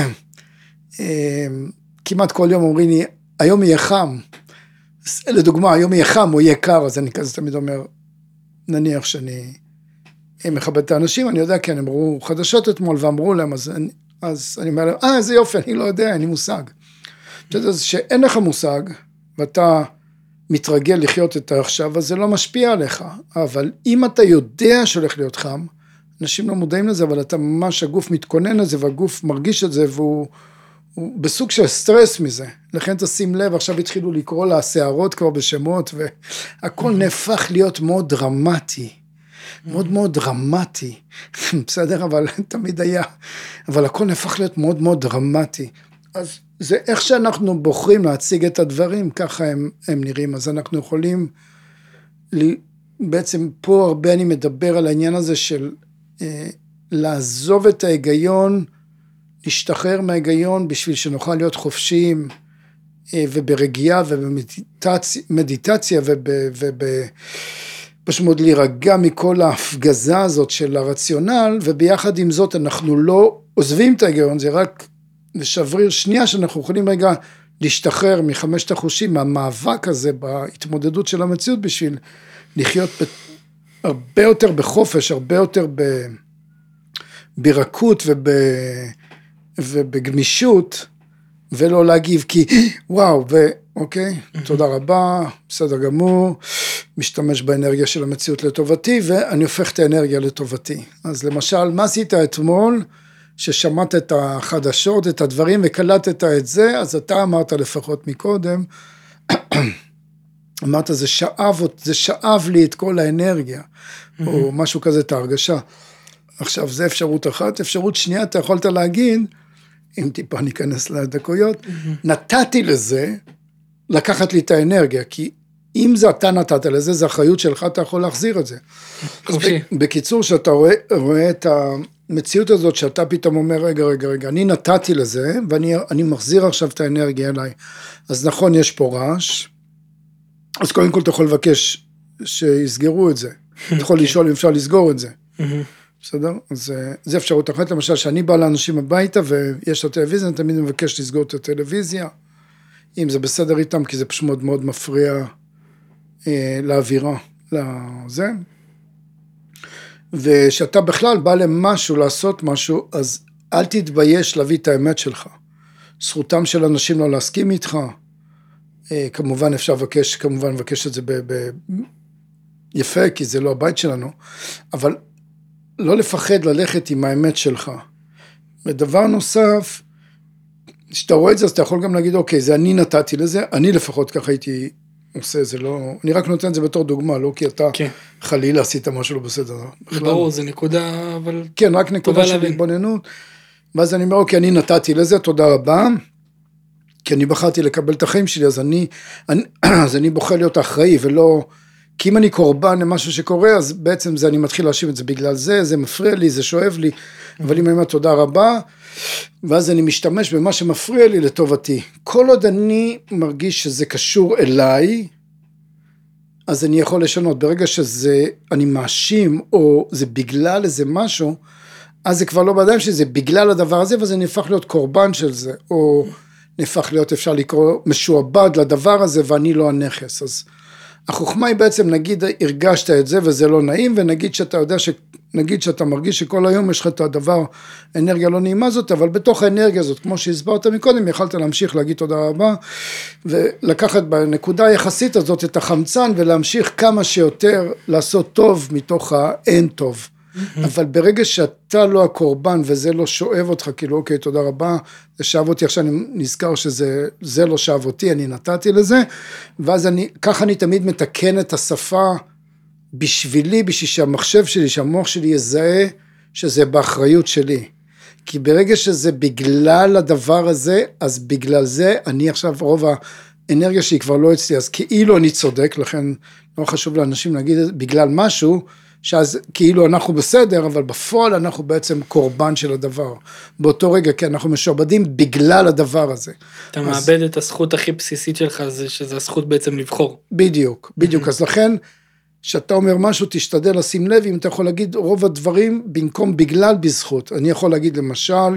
כמעט כל יום אומרים לי, היום יהיה חם, לדוגמה, היום יהיה חם או יהיה קר, אז אני כזה תמיד אומר, נניח שאני מכבד את האנשים, אני יודע, כי הם אמרו חדשות אתמול ואמרו להם, אז אני, אז אני אומר להם, אה, איזה יופי, אני לא יודע, אין לי מושג. אז שאין לך מושג, ואתה מתרגל לחיות את עכשיו, אז זה לא משפיע עליך, אבל אם אתה יודע שהולך להיות חם, אנשים לא מודעים לזה, אבל אתה ממש, הגוף מתכונן לזה, והגוף מרגיש את זה, והוא הוא בסוג של סטרס מזה, לכן תשים לב, עכשיו התחילו לקרוא לה שערות כבר בשמות, והכל נהפך להיות מאוד דרמטי, מאוד מאוד דרמטי, בסדר, אבל תמיד היה, אבל הכל נהפך להיות מאוד מאוד דרמטי, אז זה איך שאנחנו בוחרים להציג את הדברים, ככה הם, הם נראים, אז אנחנו יכולים, בעצם פה הרבה אני מדבר על העניין הזה של, אה, לעזוב את ההיגיון, להשתחרר מההיגיון בשביל שנוכל להיות חופשיים וברגיעה ובמדיטציה ופשוט מאוד להירגע מכל ההפגזה הזאת של הרציונל, וביחד עם זאת אנחנו לא עוזבים את ההיגיון, זה רק לשבריר שנייה שאנחנו יכולים רגע להשתחרר מחמשת החושים, מהמאבק הזה בהתמודדות של המציאות, בשביל לחיות הרבה יותר בחופש, הרבה יותר ברכות וב... ובגמישות, ולא להגיב כי, וואו, ואוקיי, תודה רבה, בסדר גמור, משתמש באנרגיה של המציאות לטובתי, ואני הופך את האנרגיה לטובתי. אז למשל, מה עשית אתמול, ששמעת את החדשות, את הדברים, וקלטת את זה, אז אתה אמרת לפחות מקודם, אמרת, זה שאב, זה שאב לי את כל האנרגיה, או משהו כזה, את ההרגשה. עכשיו, זה אפשרות אחת, אפשרות שנייה, אתה יכולת להגיד, אם טיפה ניכנס לדקויות, mm-hmm. נתתי לזה, לקחת לי את האנרגיה, כי אם זה אתה נתת לזה, זה אחריות שלך, אתה יכול להחזיר את זה. אז בקיצור, שאתה רואה, רואה את המציאות הזאת, שאתה פתאום אומר, רגע, רגע, רגע, אני נתתי לזה, ואני אני מחזיר עכשיו את האנרגיה אליי. אז נכון, יש פה רעש, אז קודם כל אתה יכול לבקש שיסגרו את זה. אתה יכול לשאול אם אפשר לסגור את זה. בסדר? אז זה אפשרות אחת, למשל, שאני בא לאנשים הביתה ויש את הטלוויזיה, אני תמיד מבקש לסגור את הטלוויזיה, אם זה בסדר איתם, כי זה פשוט מאוד מאוד מפריע אה, לאווירה, לזה. ושאתה בכלל בא למשהו, לעשות משהו, אז אל תתבייש להביא את האמת שלך. זכותם של אנשים לא להסכים איתך, אה, כמובן אפשר לבקש, כמובן לבקש את זה ב, ב, יפה, כי זה לא הבית שלנו, אבל לא לפחד ללכת עם האמת שלך. ודבר נוסף, כשאתה רואה את זה, אז אתה יכול גם להגיד, אוקיי, זה אני נתתי לזה, אני לפחות ככה הייתי עושה, זה לא, אני רק נותן את זה בתור דוגמה, לא כי אתה כן. חלילה עשית משהו לא בסדר. ברור, זה נקודה, אבל... כן, רק נקודה של התבוננות, ואז אני אומר, אוקיי, אני נתתי לזה, תודה רבה, כי אני בחרתי לקבל את החיים שלי, אז אני, אני, אז אני בוחר להיות אחראי, ולא... כי אם אני קורבן למשהו שקורה, אז בעצם זה, אני מתחיל להשיב את זה בגלל זה, זה מפריע לי, זה שואב לי, אבל אם אני אומר תודה רבה, ואז אני משתמש במה שמפריע לי לטובתי. כל עוד אני מרגיש שזה קשור אליי, אז אני יכול לשנות. ברגע שזה, אני מאשים, או זה בגלל איזה משהו, אז זה כבר לא בידיים שזה בגלל הדבר הזה, ואז אני נהפך להיות קורבן של זה, או נהפך להיות, אפשר לקרוא, משועבד לדבר הזה, ואני לא הנכס. אז החוכמה היא בעצם, נגיד, הרגשת את זה וזה לא נעים, ונגיד שאתה יודע, ש... נגיד שאתה מרגיש שכל היום יש לך את הדבר, אנרגיה לא נעימה זאת, אבל בתוך האנרגיה הזאת, כמו שהסברת מקודם, יכלת להמשיך להגיד תודה רבה, ולקחת בנקודה היחסית הזאת את החמצן, ולהמשיך כמה שיותר לעשות טוב מתוך האין טוב. אבל ברגע שאתה לא הקורבן, וזה לא שואב אותך, כאילו, אוקיי, תודה רבה, זה שאב אותי, עכשיו אני נזכר שזה זה לא שאב אותי, אני נתתי לזה, ואז אני, ככה אני תמיד מתקן את השפה, בשבילי, בשביל שהמחשב שלי, שהמוח שלי יזהה, שזה באחריות שלי. כי ברגע שזה בגלל הדבר הזה, אז בגלל זה, אני עכשיו, רוב האנרגיה שלי כבר לא אצלי, אז כאילו אני צודק, לכן לא חשוב לאנשים להגיד, בגלל משהו, שאז כאילו אנחנו בסדר, אבל בפועל אנחנו בעצם קורבן של הדבר. באותו רגע, כי אנחנו משועבדים בגלל הדבר הזה. אתה אז... מאבד את הזכות הכי בסיסית שלך, זה, שזה הזכות בעצם לבחור. בדיוק, בדיוק. אז לכן, שאתה אומר משהו, תשתדל לשים לב, אם אתה יכול להגיד רוב הדברים, במקום בגלל בזכות. אני יכול להגיד למשל,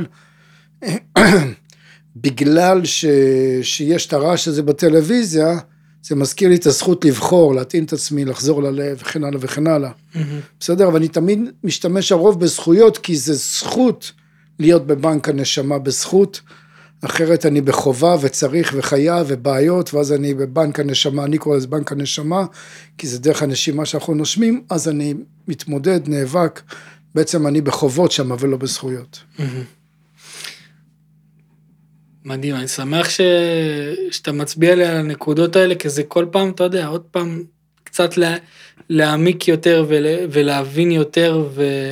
בגלל ש... שיש את הרעש הזה בטלוויזיה, זה מזכיר לי את הזכות לבחור, להתאים את עצמי, לחזור ללב, וכן הלאה וכן הלאה. Mm-hmm. בסדר, אבל אני תמיד משתמש הרוב בזכויות, כי זה זכות להיות בבנק הנשמה, בזכות, אחרת אני בחובה וצריך וחייב ובעיות, ואז אני בבנק הנשמה, אני קורא לזה בנק הנשמה, כי זה דרך הנשימה שאנחנו נושמים, אז אני מתמודד, נאבק, בעצם אני בחובות שם, אבל לא בזכויות. Mm-hmm. מדהים, אני שמח ש... שאתה מצביע לי על הנקודות האלה, כי זה כל פעם, אתה יודע, עוד פעם, קצת לה... להעמיק יותר ול... ולהבין יותר,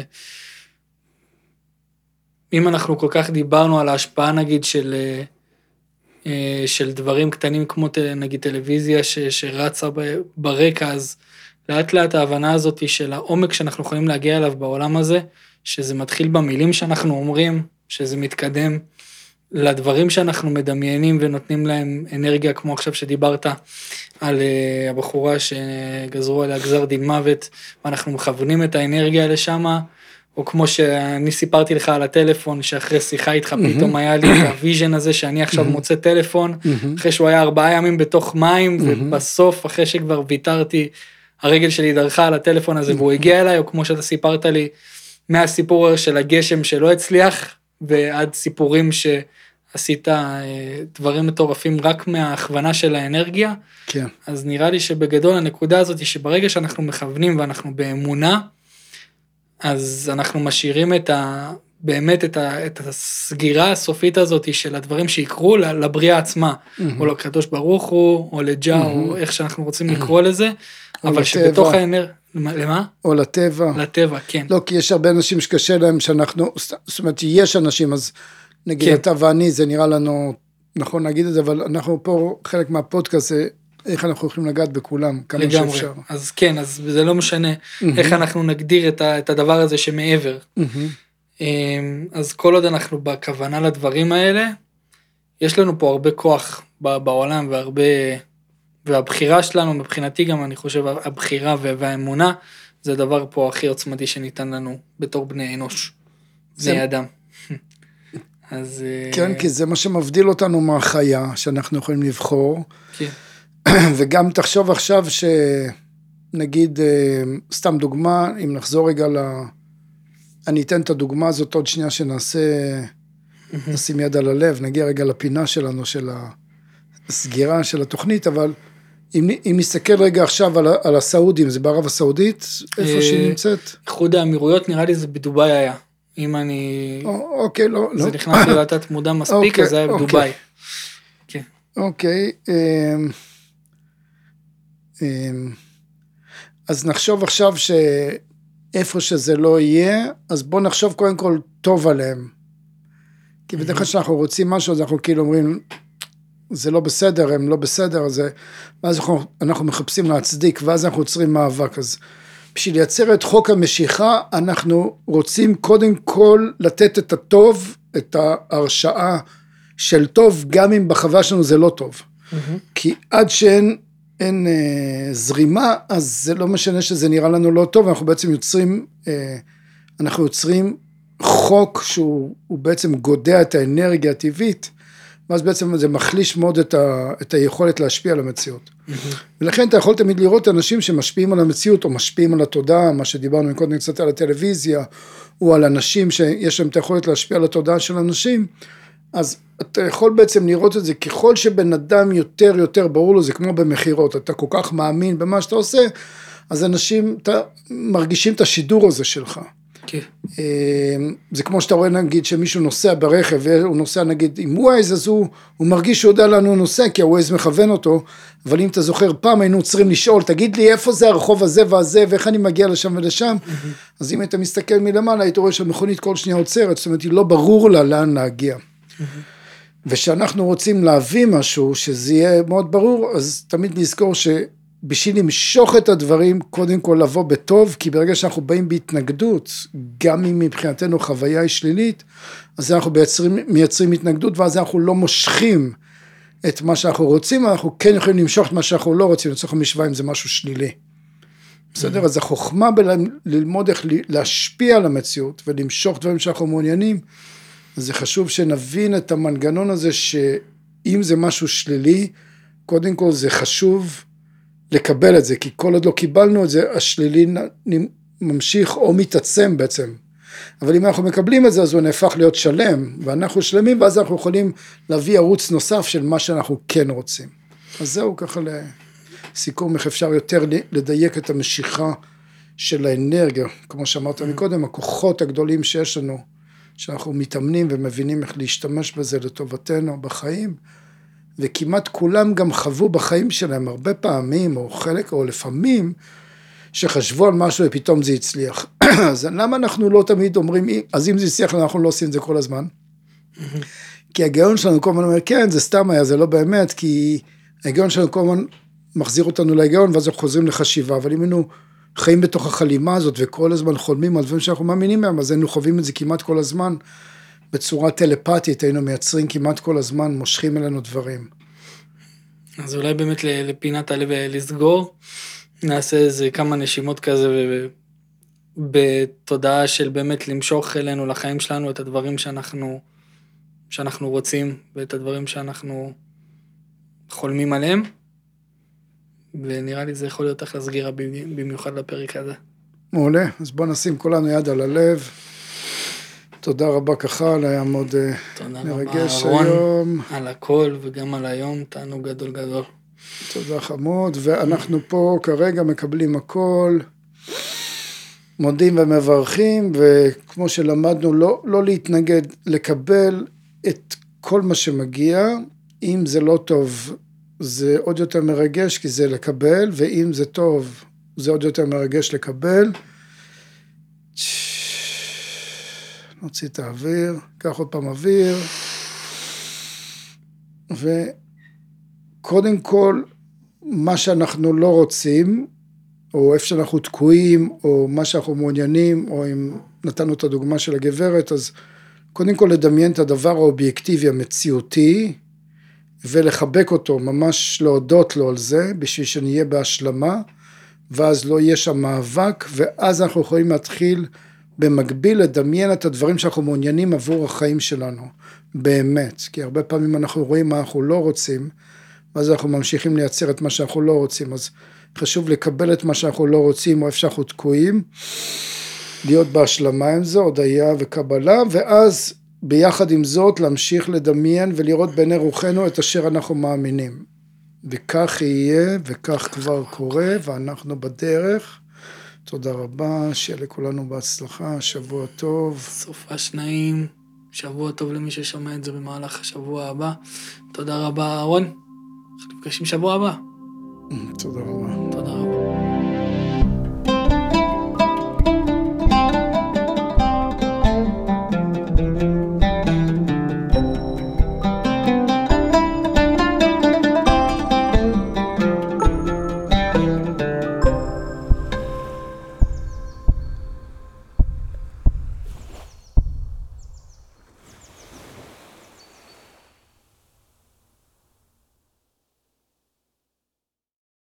ואם אנחנו כל כך דיברנו על ההשפעה, נגיד, של, של דברים קטנים, כמו נגיד טלוויזיה ש... שרצה ברקע, אז לאט לאט ההבנה הזאת של העומק שאנחנו יכולים להגיע אליו בעולם הזה, שזה מתחיל במילים שאנחנו אומרים, שזה מתקדם, לדברים שאנחנו מדמיינים ונותנים להם אנרגיה, כמו עכשיו שדיברת על uh, הבחורה שגזרו עליה גזר דין מוות, ואנחנו מכוונים את האנרגיה לשם, או כמו שאני סיפרתי לך על הטלפון, שאחרי שיחה איתך mm-hmm. פתאום היה לי את הוויז'ן הזה, שאני עכשיו mm-hmm. מוצא טלפון, mm-hmm. אחרי שהוא היה ארבעה ימים בתוך מים, mm-hmm. ובסוף, אחרי שכבר ויתרתי, הרגל שלי דרכה על הטלפון הזה, mm-hmm. והוא הגיע אליי, או כמו שאתה סיפרת לי, מהסיפור של הגשם שלא הצליח, ועד סיפורים שעשית דברים מטורפים רק מההכוונה של האנרגיה, כן. אז נראה לי שבגדול הנקודה הזאת היא שברגע שאנחנו מכוונים ואנחנו באמונה, אז אנחנו משאירים את ה, באמת את, ה, את הסגירה הסופית הזאת של הדברים שיקרו לבריאה עצמה, mm-hmm. או לקדוש ברוך הוא, או לג'ה, mm-hmm. או איך שאנחנו רוצים לקרוא לזה, אבל לטבע. שבתוך האנרגיה, למה? או לטבע. לטבע, כן. לא, כי יש הרבה אנשים שקשה להם שאנחנו, זאת אומרת, יש אנשים, אז נגיד כן. אתה ואני, זה נראה לנו, נכון להגיד את זה, אבל אנחנו פה, חלק מהפודקאסט, זה איך אנחנו יכולים לגעת בכולם, כמה לגמרי. שאפשר. אז כן, אז זה לא משנה, mm-hmm. איך אנחנו נגדיר את, ה, את הדבר הזה שמעבר. Mm-hmm. אז כל עוד אנחנו בכוונה לדברים האלה, יש לנו פה הרבה כוח בעולם, והרבה, והבחירה שלנו, מבחינתי גם, אני חושב, הבחירה והאמונה, זה הדבר פה הכי עוצמתי שניתן לנו בתור בני אנוש, בני זה... אדם. אז... כן, כי זה מה שמבדיל אותנו מהחיה, שאנחנו יכולים לבחור. כן. וגם תחשוב עכשיו שנגיד, סתם דוגמה, אם נחזור רגע ל... אני אתן את הדוגמה הזאת עוד שנייה שנעשה, נשים יד על הלב, נגיע רגע לפינה שלנו, של הסגירה של התוכנית, אבל אם, אם נסתכל רגע עכשיו על, על הסעודים, זה בערב הסעודית, איפה שהיא נמצאת? איחוד האמירויות, נראה לי זה בדוביי היה. אם אני... אוקיי, לא, לא. זה נכנס לי לתת מודע מספיק, אז זה היה בדוביי. אוקיי. אז נחשוב עכשיו שאיפה שזה לא יהיה, אז בוא נחשוב קודם כל טוב עליהם. כי בדרך כלל שאנחנו רוצים משהו, אז אנחנו כאילו אומרים, זה לא בסדר, הם לא בסדר, אז ואז אנחנו, אנחנו מחפשים להצדיק, ואז אנחנו יוצרים מאבק. אז בשביל לייצר את חוק המשיכה, אנחנו רוצים קודם כל לתת את הטוב, את ההרשאה של טוב, גם אם בחוויה שלנו זה לא טוב. Mm-hmm. כי עד שאין אין, אה, זרימה, אז זה לא משנה שזה נראה לנו לא טוב, אנחנו בעצם יוצרים, אה, אנחנו יוצרים חוק שהוא בעצם גודע את האנרגיה הטבעית, ואז בעצם זה מחליש מאוד את, ה, את היכולת להשפיע על המציאות. Mm-hmm. ולכן אתה יכול תמיד לראות אנשים שמשפיעים על המציאות, או משפיעים על התודעה, מה שדיברנו מקודם קצת על הטלוויזיה, או על אנשים שיש להם את היכולת להשפיע על התודעה של אנשים, אז אתה יכול בעצם לראות את זה, ככל שבן אדם יותר יותר ברור לו, זה כמו במחירות, אתה כל כך מאמין במה שאתה עושה, אז אנשים אתה, מרגישים את השידור הזה שלך. Okay. זה כמו שאתה רואה נגיד שמישהו נוסע ברכב, והוא נוסע נגיד עם ווייז, אז הוא, הוא מרגיש שהוא יודע לנו נוסע, כי הווייז מכוון אותו, אבל אם אתה זוכר פעם היינו צריכים לשאול, תגיד לי איפה זה הרחוב הזה והזה, ואיך אני מגיע לשם ולשם, mm-hmm. אז אם אתה מסתכל מלמעלה, היית רואה שהמכונית כל שנייה עוצרת, זאת אומרת, היא לא ברור לה לאן להגיע. Mm-hmm. ושאנחנו רוצים להביא משהו, שזה יהיה מאוד ברור, אז תמיד נזכור ש... בשביל למשוך את הדברים, קודם כל לבוא בטוב, כי ברגע שאנחנו באים בהתנגדות, גם אם מבחינתנו חוויה היא שלילית, אז אנחנו מייצרים, מייצרים התנגדות, ואז אנחנו לא מושכים את מה שאנחנו רוצים, אנחנו כן יכולים למשוך את מה שאנחנו לא רוצים, לצורך המשוואה אם זה משהו שלילי. בסדר? אז החוכמה בללמוד איך להשפיע על המציאות, ולמשוך דברים שאנחנו מעוניינים, אז זה חשוב שנבין את המנגנון הזה, שאם זה משהו שלילי, קודם כל זה חשוב, לקבל את זה, כי כל עוד לא קיבלנו את זה, השלילי ממשיך או מתעצם בעצם. אבל אם אנחנו מקבלים את זה, אז הוא נהפך להיות שלם, ואנחנו שלמים, ואז אנחנו יכולים להביא ערוץ נוסף של מה שאנחנו כן רוצים. אז זהו ככה לסיכום, איך אפשר יותר לדייק את המשיכה של האנרגיה, כמו שאמרת מקודם, הכוחות הגדולים שיש לנו, שאנחנו מתאמנים ומבינים איך להשתמש בזה לטובתנו בחיים, וכמעט כולם גם חוו בחיים שלהם הרבה פעמים, או חלק, או לפעמים, שחשבו על משהו ופתאום זה הצליח. אז למה אנחנו לא תמיד אומרים, אז אם זה הצליח, אנחנו לא עושים את זה כל הזמן? כי הגאון שלנו כל הזמן אומר, כן, זה סתם היה, זה לא באמת, כי הגאון שלנו כל הזמן מחזיר אותנו להגאון, ואז אנחנו חוזרים לחשיבה, אבל אם היינו חיים בתוך החלימה הזאת, וכל הזמן חולמים על דברים שאנחנו מאמינים בהם, אז היינו חווים את זה כמעט כל הזמן, בצורה טלפתית, היינו מייצרים כמעט כל הזמן, מושכים אלינו דברים. אז אולי באמת לפינת הלב לסגור, נעשה איזה כמה נשימות כזה, בתודעה של באמת למשוך אלינו לחיים שלנו, את הדברים שאנחנו, שאנחנו רוצים, ואת הדברים שאנחנו חולמים עליהם, ונראה לי זה יכול להיות אחלה סגירה, במיוחד לפרק הזה. מעולה, אז בוא נשים כולנו יד על הלב, תודה רבה ככה, היה מאוד מרגש היום. על הכל וגם על היום, תענוג גדול גדול. תודה חמוד, ואנחנו פה כרגע מקבלים הכל, מודים ומברכים, וכמו שלמדנו, לא, לא להתנגד, לקבל את כל מה שמגיע, אם זה לא טוב, זה עוד יותר מרגש, כי זה לקבל, ואם זה טוב, זה עוד יותר מרגש לקבל. נוציא את האוויר, קח עוד פעם אוויר, וקודם כל, מה שאנחנו לא רוצים, או איפה שאנחנו תקועים, או מה שאנחנו מעוניינים, או אם נתנו את הדוגמה של הגברת, אז קודם כל לדמיין את הדבר האובייקטיבי המציאותי, ולחבק אותו, ממש להודות לו על זה, בשביל שנהיה בהשלמה, ואז לא יהיה שם מאבק, ואז אנחנו יכולים להתחיל במקביל לדמיין את הדברים שאנחנו מעוניינים עבור החיים שלנו, באמת, כי הרבה פעמים אנחנו רואים מה אנחנו לא רוצים, ואז אנחנו ממשיכים לייצר את מה שאנחנו לא רוצים, אז חשוב לקבל את מה שאנחנו לא רוצים, או איפה שאנחנו תקועים, להיות בהשלמה עם זה, הודעה וקבלה, ואז ביחד עם זאת להמשיך לדמיין ולראות בעיני רוחנו את אשר אנחנו מאמינים. וכך יהיה, וכך כבר קורה, ואנחנו בדרך. תודה רבה, שיהיה לכולנו בהצלחה, שבוע טוב. סופה שניים, שבוע טוב למי ששומע את זה במהלך השבוע הבא. תודה רבה, אהרון. אנחנו נפגשים שבוע הבא. תודה רבה. תודה רבה.